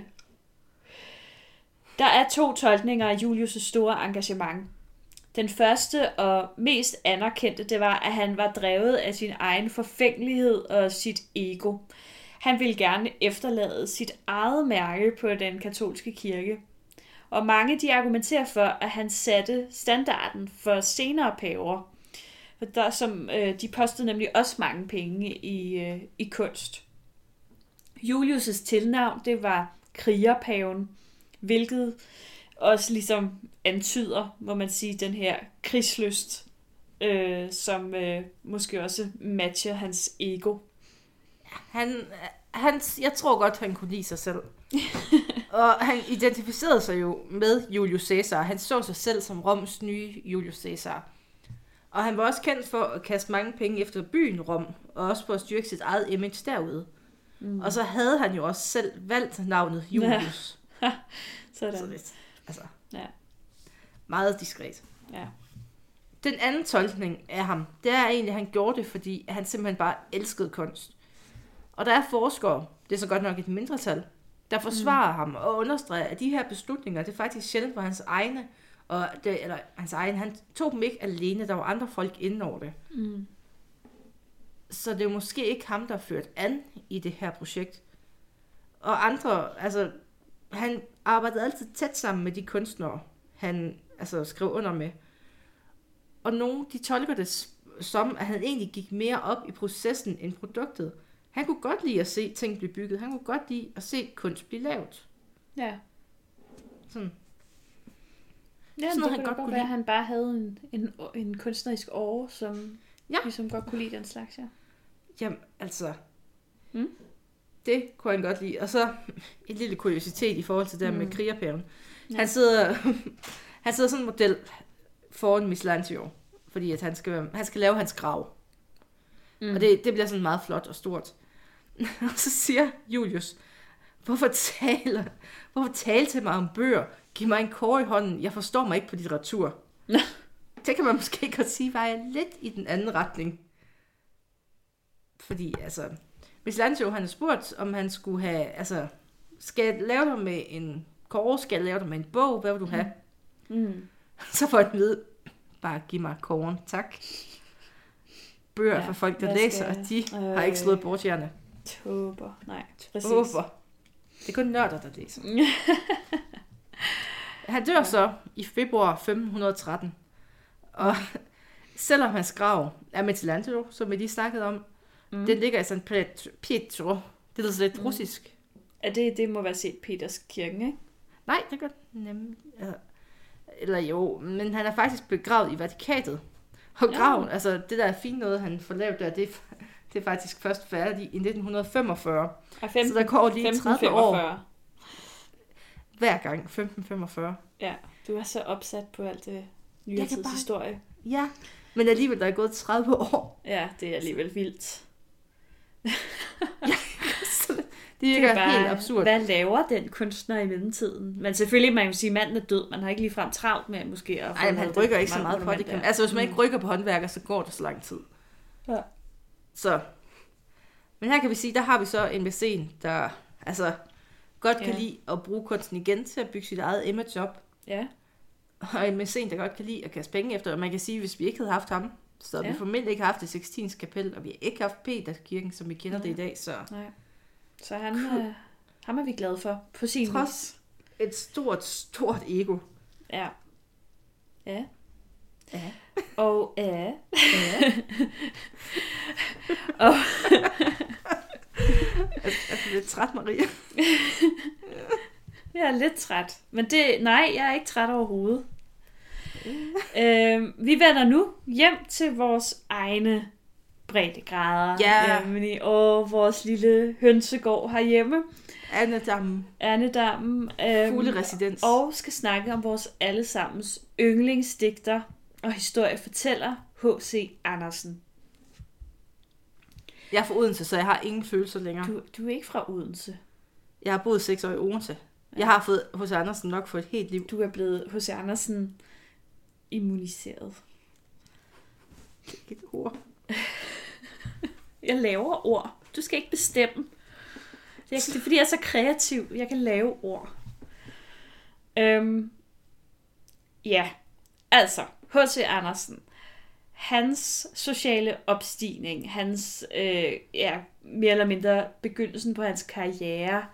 Der er 2 tolkninger af Julius' store engagement. Den første og mest anerkendte, det var, at han var drevet af sin egen forfængelighed og sit ego. Han ville gerne efterlade sit eget mærke på den katolske kirke. Og mange de argumenterer for, at han satte standarden for senere paver. For de postede nemlig også mange penge i kunst. Julius' tilnavn, det var krigerpaven, hvilket også ligesom antyder, må man sige, den her krigslyst, som måske også matcher hans ego. Jeg tror godt, han kunne lide sig selv. Og han identificerede sig jo med Julius Caesar. Han så sig selv som Roms nye Julius Caesar. Og han var også kendt for at kaste mange penge efter byen Rom, og også for at styrke sit eget image derude. Og så havde han jo også selv valgt navnet Julius. Ja. Sådan. Så lidt, altså, ja. Meget diskret. Ja. Den anden tolkning af ham, det er egentlig, at han gjorde det, fordi han simpelthen bare elskede kunst. Og der er forskere, det er så godt nok et mindretal, der forsvarer ham og understreger, at de her beslutninger, det faktisk sjældent var hans egne, han tog dem ikke alene, der var andre folk inde over det. Så det er måske ikke ham, der ført an i det her projekt. Og andre, altså, han arbejdede altid tæt sammen med de kunstnere, han skrev under med. Og nogle, de tolker det som, at han egentlig gik mere op i processen end produktet. Han kunne godt lide at se ting blive bygget. Han kunne godt lide at se kunst blive lavet. Ja. Sådan. Ja, sådan det kunne godt være, at han bare havde en kunstnerisk åre, som ligesom godt kunne lide den slags, ja. Jamen, altså... Det kunne han godt lide. Og så en lille kuriositet i forhold til det med krigerpaven. Ja. Han sidder sådan en model foran Michelangelo, fordi at han skal lave hans grav. Og det bliver sådan meget flot og stort. Og så siger Julius, hvorfor tale til mig om bøger? Giv mig en kåre i hånden. Jeg forstår mig ikke på litteratur. Det kan man måske godt sige, var jeg lidt i den anden retning. Fordi, altså... Michelangelo, han har spurgt, om han skulle have... Altså, skal jeg lave dig med en kåre? Skal jeg lave dig med en bog? Hvad vil du have? Så får jeg den vide. Bare giv mig kåren, tak. Bøger for folk, der læser, og de har ikke slået bortjerne. Tåber. Nej, præcis. Tåber. Det er kun nørder, der læser. Han dør så i februar 1513. Og selvom hans grav er Michelangelo, som vi lige snakkede om, den ligger i San Pietro. Det lyder så lidt russisk. Ja, det må være set Peters kirken, ikke? Nej, det gør nemlig. Eller jo, men han er faktisk begravet i Vatikanet. Og graven, altså det der er fint noget, han får lavet der, det er faktisk først færdigt i 1945. Så der går lige 30 år. Hver gang, 1545. Ja, du er så opsat på alt det nyere tids historie. Ja, men alligevel der er gået 30 år. Ja, det er alligevel vildt. Det er bare helt absurd. Hvad laver den kunstner i mellemtiden? Men selvfølgelig, man kan sige, at manden er død. Man har ikke ligefrem travlt med måske at... Nej, han rykker ikke så meget på det. Altså, hvis man ikke rykker på håndværker, så går det så lang tid. Ja. Så. Men her kan vi sige, der har vi så en mæcen, der godt kan lide at bruge kunsten igen til at bygge sit eget image op. Ja. Og en mæcen, der godt kan lide at kaste penge efter. Og man kan sige, hvis vi ikke havde haft ham, så havde vi formentlig ikke haft det Sixtinske kapel, og vi har ikke haft Peterskirken, som vi kender det i dag. Nej. Så ham er vi glade for, på sin vis. Et stort ego. Ja. Ja. Og og er du lidt træt, Maria? Jeg er lidt træt. Men jeg er ikke træt overhovedet. Vi vender nu hjem til vores egne breddegrader. Vores lille hønsegård herhjemme. Annedammen. Fugleresidens. Og skal snakke om vores allesammens yndlingsdigter og historiefortæller H.C. Andersen. Jeg er fra Odense, så jeg har ingen følelser længere. Du er ikke fra Odense? Jeg har boet 6 år i Odense. Ja. Jeg har fået H.C. Andersen nok for et helt liv. Du er blevet H.C. Andersen immuniseret. Det er ikke et ord. Jeg laver ord. Du skal ikke bestemme. Det er fordi, jeg er så kreativ. Jeg kan lave ord. Ja, altså H.C. Andersen. Hans sociale opstigning, hans mere eller mindre begyndelsen på hans karriere,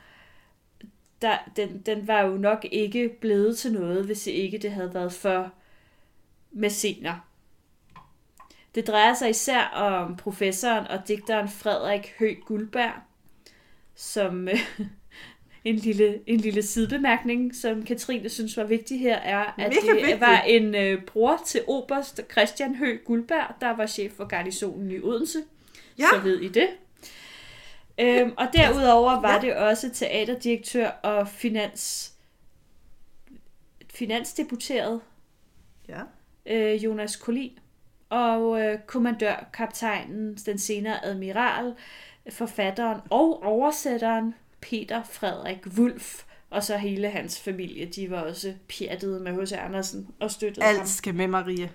den var jo nok ikke blevet til noget, hvis ikke det havde været for mæcener. Det drejer sig især om professoren og digteren Frederik Høeg Guldberg, som en lille sidebemærkning, som Katrine synes var vigtig her, er, at Mega det vigtigt. var en bror til oberst Christian Høgh Guldberg, der var chef for garnisonen i Odense. Ja. Så ved I det. Og derudover var det også teaterdirektør og finansdebuteret Jonas Collin og kommandørkaptajnen, den senere admiral, forfatteren og oversætteren Peter Frederik Wulff, og så hele hans familie, de var også pjattede med H.C. Andersen og støttede ham. Alt skal med, Marie.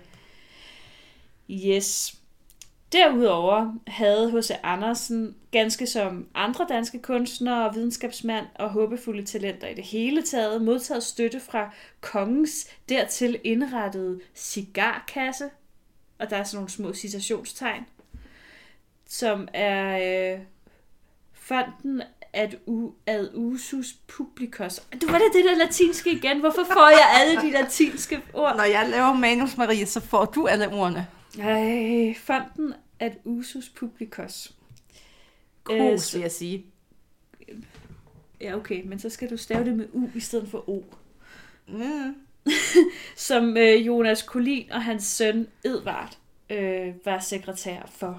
Yes. Derudover havde H.C. Andersen, ganske som andre danske kunstnere og videnskabsmænd og håbefulde talenter i det hele taget, modtaget støtte fra kongens dertil indrettede cigarkasse, og der er sådan nogle små citationstegn, som er fonden ad usus publicus. Du var det der latinske igen. Hvorfor får jeg alle de latinske ord? Når jeg laver manus, Marie, så får du alle ordene. Fonden ad usus publicus. Kos, vil jeg sige. Ja, okay, men så skal du stave det med U i stedet for O. Mm. Som Jonas Collin og hans søn Edvard var sekretær for.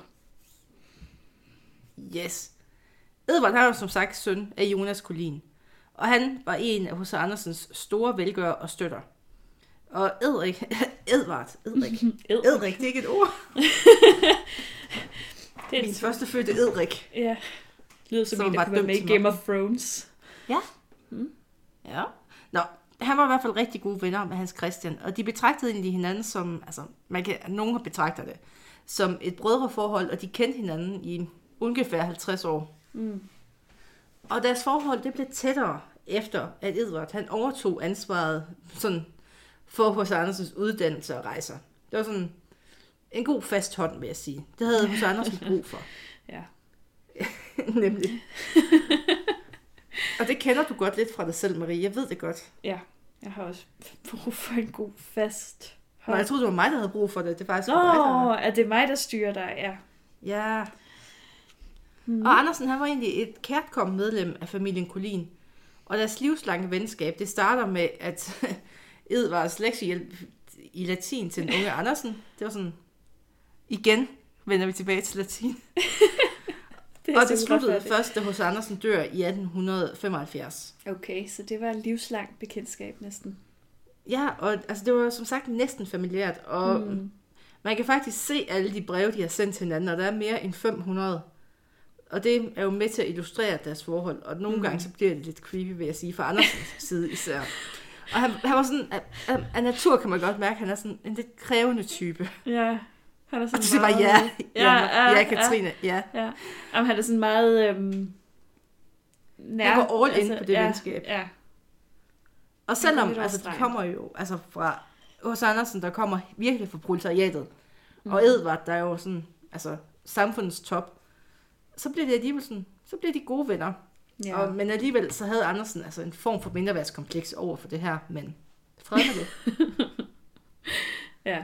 Yes. Edvard var som sagt søn af Jonas Collin, og han var en af H.C. Andersens store velgører og støtter. Og Edrik, det er ikke et ord. Det er Min første fødte Edrik. Ja, det lyder som en, der var kunne være dømt med i som Game of Thrones. Ja. Ja. Nå, han var i hvert fald rigtig gode venner med Hans Christian, og de betragtede egentlig hinanden som, altså, nogen betragter det, som et brødreforhold, og de kendte hinanden i ungefær 50 år. Mm. Og deres forhold, det blev tættere efter, at Edvard, han overtog ansvaret sådan, for H.C. Andersens uddannelse og rejser. Det var sådan en god fast hånd, vil jeg sige. Det havde H.C. Andersen brug for. Ja. Nemlig. Og det kender du godt lidt fra dig selv, Marie. Jeg ved det godt. Ja, jeg har også brug for en god fast hånd. Nå, jeg troede, det var mig, der havde brug for det. Det er faktisk Nå, er det mig, der styrer dig? Ja. Ja. Og Andersen, han var egentlig et kærtkomment medlem af familien Collin. Og deres livslange venskab, det starter med, at Edvards lektiehjælp i latin til den unge Andersen. Det var sådan, igen vender vi tilbage til latin. Og det sluttede først, da H.C. Andersen dør i 1875. Okay, så det var en livslang bekendtskab næsten. Ja, og altså, det var som sagt næsten familiært. Og man kan faktisk se alle de breve, de har sendt til hinanden, og der er mere end 500. Og det er jo med til at illustrere deres forhold. Og nogle gange så bliver det lidt creepy, vil jeg sige, fra Andersens side især. Og han var sådan, af natur kan man godt mærke, at han er sådan en lidt krævende type. Ja, han er sådan og det var ja, Katrine, ja. Jamen, han er sådan meget nær. Han går all in på det venskab. Ja. Og selvom, altså, de kommer jo altså fra H.C. Andersen, der kommer virkelig fra proletariatet, og Edvard, der er jo sådan, altså, samfundets top, så bliver det alligevel sådan, så bliver de gode venner. Ja. Men alligevel, så havde Andersen altså en form for mindreværdskompleks over for det her, men fred med det. Ja.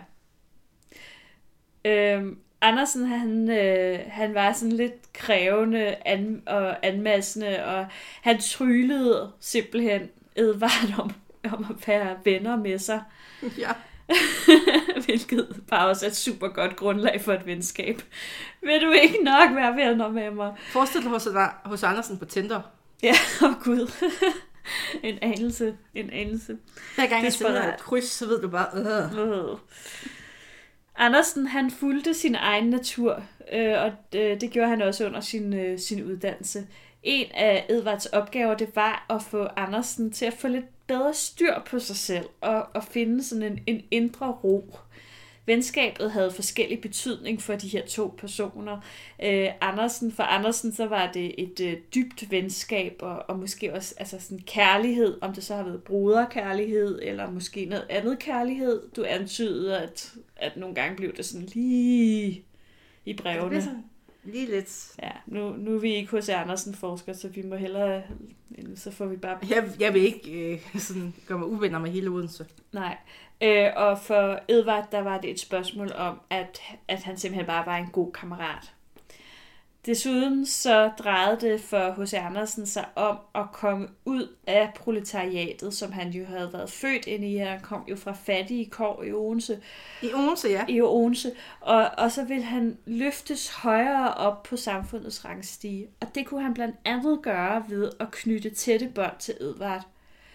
Andersen, han var sådan lidt krævende og anmassende, og han tryllede simpelthen Edvard om at være venner med sig. Ja. Hvilket bare også er et super godt grundlag for et venskab. Vil du ikke nok være venner med mig? Forestil dig hos Andersen på Tinder. Ja, Gud. En anelse. Hver gang jeg sender et kryds, så ved du bare... Andersen, han fulgte sin egen natur, og det gjorde han også under sin uddannelse. En af Edvards opgaver, det var at få Andersen til at få lidt bedre styr på sig selv, og finde sådan en indre ro. Venskabet havde forskellig betydning for de her to personer. For Andersen så var det et dybt venskab, og måske også altså sådan kærlighed, om det så har været broderkærlighed, eller måske noget andet kærlighed. Du antydede, at nogle gange blev det sådan lige i brevene. Det sådan lige lidt. Ja, nu er vi ikke H.C. Andersen forsker, så vi må hellere, så får vi bare... Jeg vil ikke sådan gøre mig uvenner med hele Odense. Nej. Og for Edvard, der var det et spørgsmål om, at han simpelthen bare var en god kammerat. Desuden så drejede det for H.C. Andersen sig om at komme ud af proletariatet, som han jo havde været født ind i. Han kom jo fra fattige kår i Odense. I Odense, ja. I Odense. Og så ville han løftes højere op på samfundets rangstige. Og det kunne han blandt andet gøre ved at knytte tætte bånd til Edvard.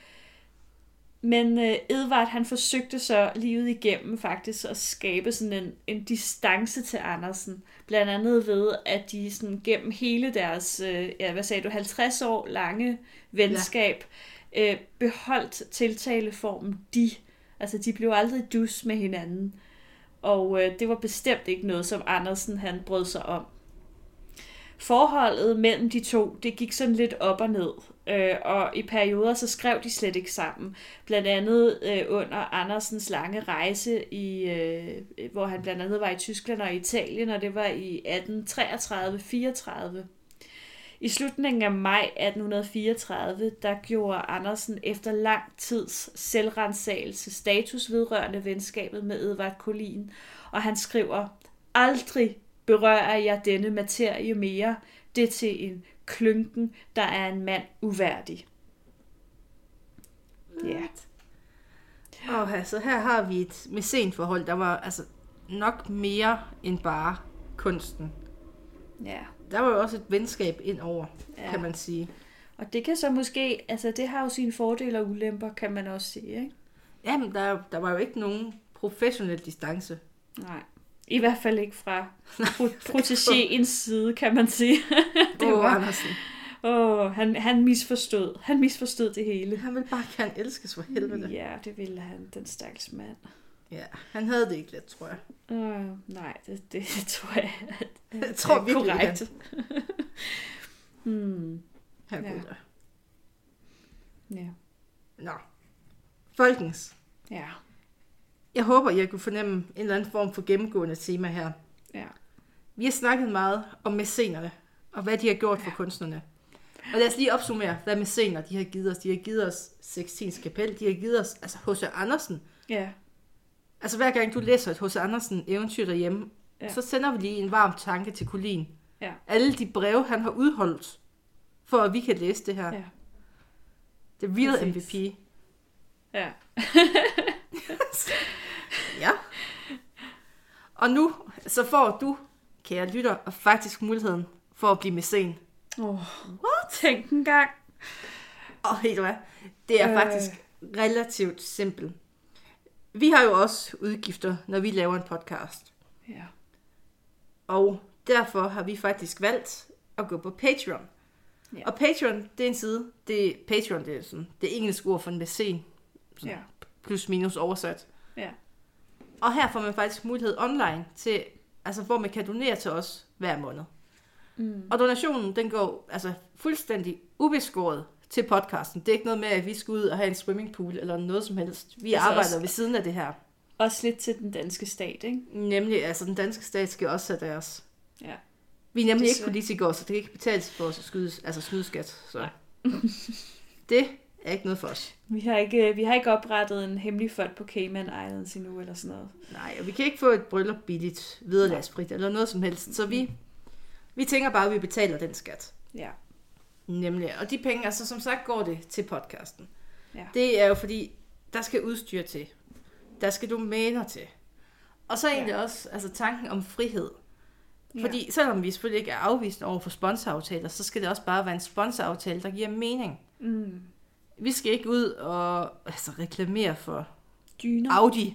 Men Edvard, han forsøgte så livet igennem faktisk at skabe sådan en distance til Andersen. Blandt andet ved, at de sådan gennem hele deres, 50 år lange venskab, beholdt tiltaleformen de. Altså, de blev aldrig dus med hinanden. Og det var bestemt ikke noget, som Andersen han brød sig om. Forholdet mellem de to, det gik sådan lidt op og ned, og i perioder så skrev de slet ikke sammen. Blandt andet under Andersens lange rejse, hvor han blandt andet var i Tyskland og Italien, og det var i 1833-34. I slutningen af maj 1834, der gjorde Andersen efter lang tids selvransagelse status vedrørende venskabet med Edvard Collin, og han skriver: "Aldrig berører jeg denne materie mere, det til en klynken, der er en mand uværdig." Ja. Og altså, her har vi et mæcenforhold, der var altså nok mere end bare kunsten. Ja. Der var jo også et venskab indover, kan man sige. Og det kan så måske, altså det har jo sine fordele og ulemper, kan man også sige, ikke? Jamen, der var jo ikke nogen professionel distance. Nej. I hvert fald ikke fra protégéens side, kan man sige. Det var Andersen. Han misforstod. Han misforstod det hele. Han ville bare gerne elskes for helvede. Ja, det ville han, den stakkels mand. Ja, han havde det ikke let, tror jeg. Nej, det tror jeg, jeg tror virkelig korrekt. Herregud. Ja. Nå. Folkens. Ja. Jeg håber, jeg kunne fornemme en eller anden form for gennemgående tema her. Ja. Vi har snakket meget om mæcenerne, og hvad de har gjort for kunstnerne. Og lad os lige opsummere, hvad mæcener de har givet os. De har givet os Sixtins Kapel, de har givet os altså H.C. Andersen. Ja. Altså hver gang du læser et H.C. Andersen eventyr derhjemme, så sender vi lige en varm tanke til Collin. Ja. Alle de breve, han har udholdt, for at vi kan læse det her. Ja. Det er real MVP. Ja. Ja. Og nu så får du, kære lytter, og faktisk muligheden for at blive mæcen. Tænk en gang. Helt hvad? Det er faktisk relativt simpelt. Vi har jo også udgifter, når vi laver en podcast. Ja. Og derfor har vi faktisk valgt at gå på Patreon. Ja. Og Patreon, det er en side. Patreon, det er sådan det engelske ord for en mæcen. Plus minus oversat. Ja. Og her får man faktisk mulighed online til, altså hvor man kan donere til os hver måned. Og donationen, den går altså fuldstændig ubeskåret til podcasten. Det er ikke noget med, at vi skal ud og have en swimmingpool eller noget som helst. Vi arbejder også ved siden af det her. Også lidt til den danske stat, ikke? Nemlig, altså den danske stat skal også have deres. Ja. Vi er nemlig ikke politikere, så det kan ikke betales for os at snyde skat. Så. Det er ikke noget for os. Vi har ikke oprettet en hemmelig fond på Cayman Islands endnu, eller sådan noget. Nej, og vi kan ikke få et bryllup billigt, vederlagsfrit, eller noget som helst. Så vi tænker bare, at vi betaler den skat. Ja. Nemlig. Og de penge, altså som sagt, går det til podcasten. Ja. Det er jo fordi, der skal udstyr til. Der skal domæner til. Og så egentlig også altså tanken om frihed. Fordi selvom vi selvfølgelig ikke er afvist over for sponsoraftaler, så skal det også bare være en sponsoraftale, der giver mening. Vi skal ikke ud og reklamere for dyner. Audi.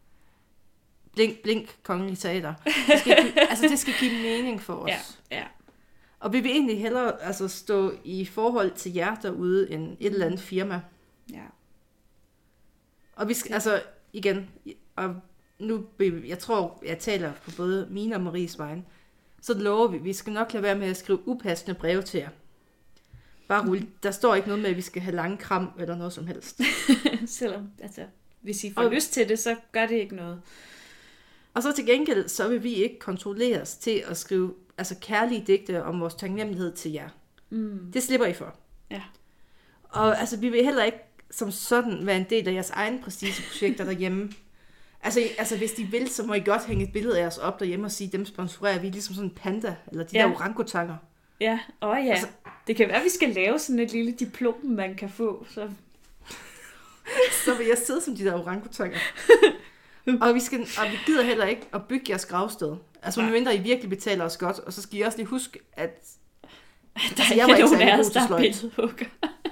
Blink, Kongelige Teater. Det skal give mening for os. Ja. Og vi vil egentlig hellere stå i forhold til jer derude, end et eller andet firma. Ja. Og vi skal, igen, og nu, jeg tror, jeg taler på både mine og Maries vegne, så lover vi skal nok lade være med at skrive upassende breve til jer. Bare rulle. Der står ikke noget med, at vi skal have lange kram, eller noget som helst. Selvom, hvis I får lyst til det, så gør det ikke noget. Og så til gengæld, så vil vi ikke kontrolleres til at skrive kærlige digte om vores taknemmelighed til jer. Det slipper I for. Ja. Og vi vil heller ikke som sådan være en del af jeres egne prestigeprojekter derhjemme. Altså, hvis de vil, så må I godt hænge et billede af os op derhjemme og sige, dem sponsorerer vi ligesom sådan en panda, eller de der orangutanger. Ja, Altså, det kan være, at vi skal lave sådan et lille diplom, man kan få. Så vil jeg sidde som de der orangutanger. og vi gider heller ikke at bygge jeres gravsted. Altså, medmindre I virkelig betaler os godt, og så skal I også lige huske, at der er ikke nogen af os, der er billedhugger.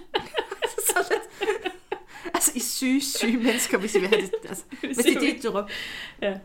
Altså, I syge mennesker, hvis I vil have det. Altså, hvis det er dit drøm. Ja.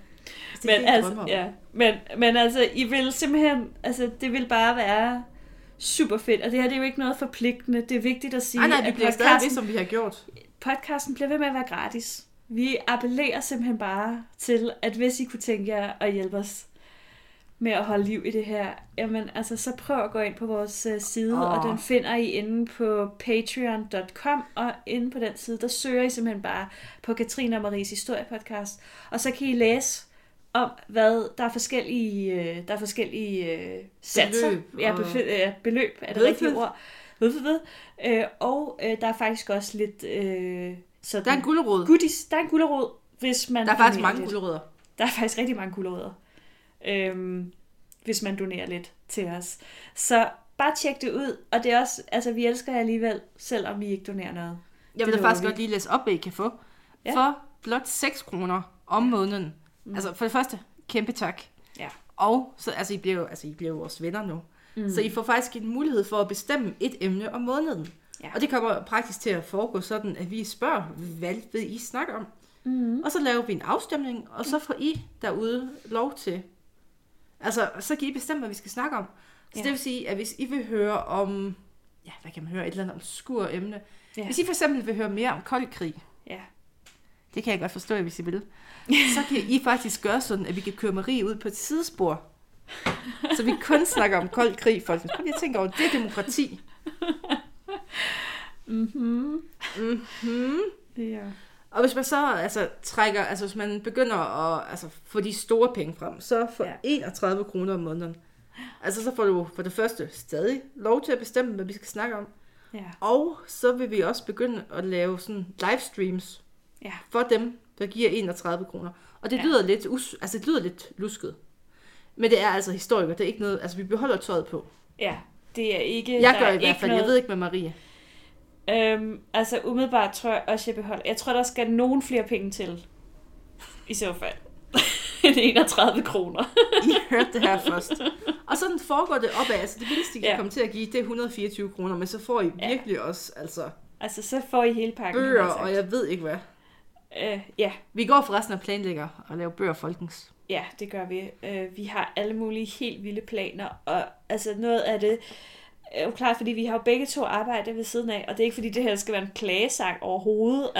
Men altså, I vil simpelthen, altså, det vil bare være super fedt. Og det her, det er jo ikke noget forpligtende. Det er vigtigt at sige, nej, vi bliver stadig det, som vi har gjort. Podcasten bliver ved med at være gratis. Vi appellerer simpelthen bare til, at hvis I kunne tænke jer at hjælpe os med at holde liv i det her, jamen altså, så prøv at gå ind på vores side, og den finder I inde på patreon.com, og inde på den side, der søger I simpelthen bare på Katrine og Maries historiepodcast, og så kan I læse om, hvad der er forskellige satser, beløb er det rigtige ord, og der er faktisk også lidt sådan, der er en gulerod. Goodies, der er en gulerod, hvis man der er faktisk mange gulerødder. Der er faktisk rigtig mange gulerødder. Hvis man donerer lidt til os. Så bare tjek det ud, og det er også, altså vi elsker jer alligevel, selvom vi ikke donerer noget. Jeg vil da faktisk godt lige læse op, hvad I kan få. Ja. For blot 6 kroner om måneden. Altså for det første, kæmpe tak. Ja. Og så, I bliver jo vores venner nu. Så I får faktisk en mulighed for at bestemme et emne om måneden. Ja. Og det kommer praktisk til at foregå sådan, at vi spørger, hvad vil I snakke om? Og så laver vi en afstemning, og så får I derude lov til. Altså, så kan I bestemme, hvad vi skal snakke om. Så det vil sige, at hvis I vil høre om, hvad kan man høre, et eller andet obskur emne. Ja. Hvis I for eksempel vil høre mere om kold krig, det kan jeg godt forstå, hvis I vil, så kan I faktisk gøre sådan, at vi kan køre Marie ud på et sidespor. Så vi kun snakker om kold krig, folkens. Prøv lige at tænke over, det er demokrati. Ja. Og hvis man så trækker, hvis man begynder at få de store penge frem, så for 31 kroner om måneden, så får du for det første stadig lov til at bestemme, hvad vi skal snakke om. Ja. Og så vil vi også begynde at lave sådan livestreams for dem, der giver 31 kroner. Og det lyder lidt lusket. Men det er altså historiker, det er ikke noget, vi beholder tøjet på. Ja, det er ikke... Jeg gør i hvert fald, jeg ved ikke med Marie. Umiddelbart tror jeg også, jeg beholder. Jeg tror, der skal nogen flere penge til. I så fald. End 31 kroner. I hørte det her først. Og sådan foregår det opad. Det mindste, I kan komme til at give, det er 124 kroner. Men så får I virkelig også, så får I hele pakken. Bøger, og jeg ved ikke hvad. Vi går forresten og planlægger at lave bøger, folkens. Ja, det gør vi. Vi har alle mulige helt vilde planer. Og noget af det er jo klart, fordi vi har jo begge to arbejde ved siden af, og det er ikke fordi det her skal være en klagesang overhovedet,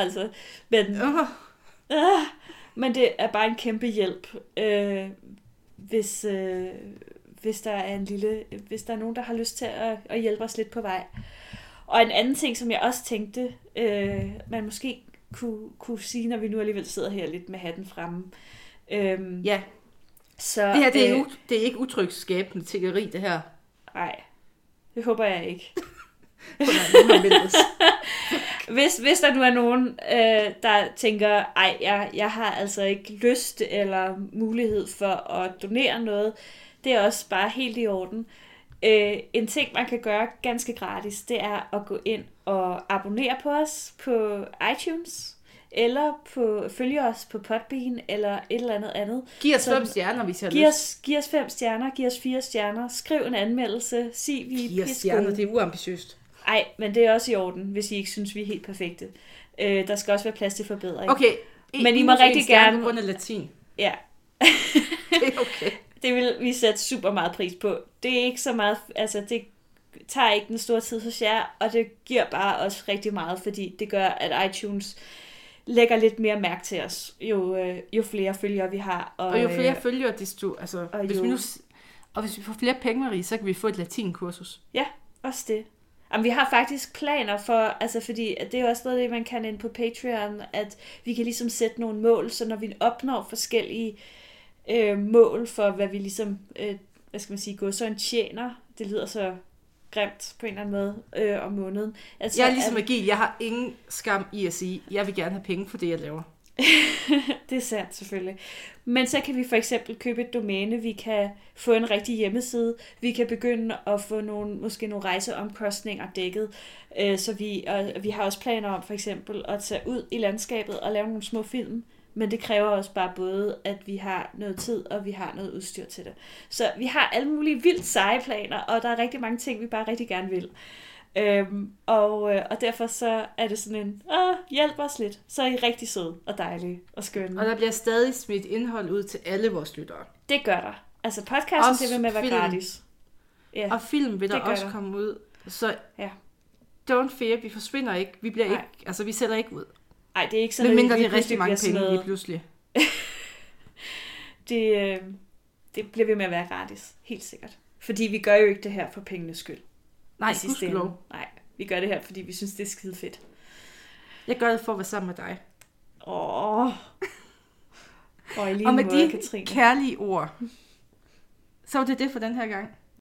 men det er bare en kæmpe hjælp, hvis der er nogen, der har lyst til at hjælpe os lidt på vej. Og en anden ting, som jeg også tænkte, man måske kunne sige, når vi nu alligevel sidder her lidt med hatten fremme. Så, det her, det er ikke utrygtsskabende tiggeri, det her. Nej. Det håber jeg ikke. hvis der nu er nogen, der tænker, jeg har altså ikke lyst eller mulighed for at donere noget, det er også bare helt i orden. En ting, man kan gøre ganske gratis, det er at gå ind og abonnere på os på iTunes, eller følge os på Podbean, eller et eller andet. Giv os 5 stjerner, hvis jeg har lyst. Giv os 5 stjerner, giv os 4 stjerner, skriv en anmeldelse, sig vi er pissegode. 4 stjerner, det er uambitiøst. Nej, men det er også i orden, hvis I ikke synes, vi er helt perfekte. Der skal også være plads til forbedring. Okay, men I må rigtig gerne... på grund af latin. Ja. Det er okay. Det vil vi sætte super meget pris på. Det er ikke så meget... det tager ikke den store tid hos jer, og det giver bare også rigtig meget, fordi det gør, at iTunes lægger lidt mere mærke til os, jo flere følgere vi har. Og jo flere følgere, desto... hvis vi får flere penge, Marie, så kan vi få et latinkursus. Ja, også det. Jamen, vi har faktisk planer for, fordi det er også noget, det man kan ind på Patreon, at vi kan ligesom sætte nogle mål, så når vi opnår forskellige mål for, hvad vi ligesom, gå så en tjener, det lyder så grimt på en eller anden måde om måneden. Jeg er ligesom Agil, jeg har ingen skam i at sige, jeg vil gerne have penge for det, jeg laver. Det er sandt selvfølgelig. Men så kan vi for eksempel købe et domæne, vi kan få en rigtig hjemmeside, vi kan begynde at få måske nogle rejseomkostninger dækket, så vi har også planer om for eksempel at tage ud i landskabet og lave nogle små film, men det kræver også bare både, at vi har noget tid, og vi har noget udstyr til det. Så vi har alle mulige vildt seje planer, og der er rigtig mange ting, vi bare rigtig gerne vil. Og derfor så er det sådan en, hjælp os lidt, så er I rigtig søde og dejlige og skønne. Og der bliver stadig smidt indhold ud til alle vores lyttere. Det gør der. Altså podcasten til vil med at være gratis. Ja, og film vil der også komme ud. Så don't fear, vi forsvinder ikke. Vi bliver ikke, altså vi sætter ikke ud. Nej, det er ikke sådan, men mindre det er rigtig mange penge lige pludselig. Det bliver ved med at være gratis, helt sikkert. Fordi vi gør jo ikke det her for pengenes skyld. Nej, gudskelov. Nej, vi gør det her, fordi vi synes, det er skide fedt. Jeg gør det for at være sammen med dig. Og med de kærlige ord, så var det for den her gang.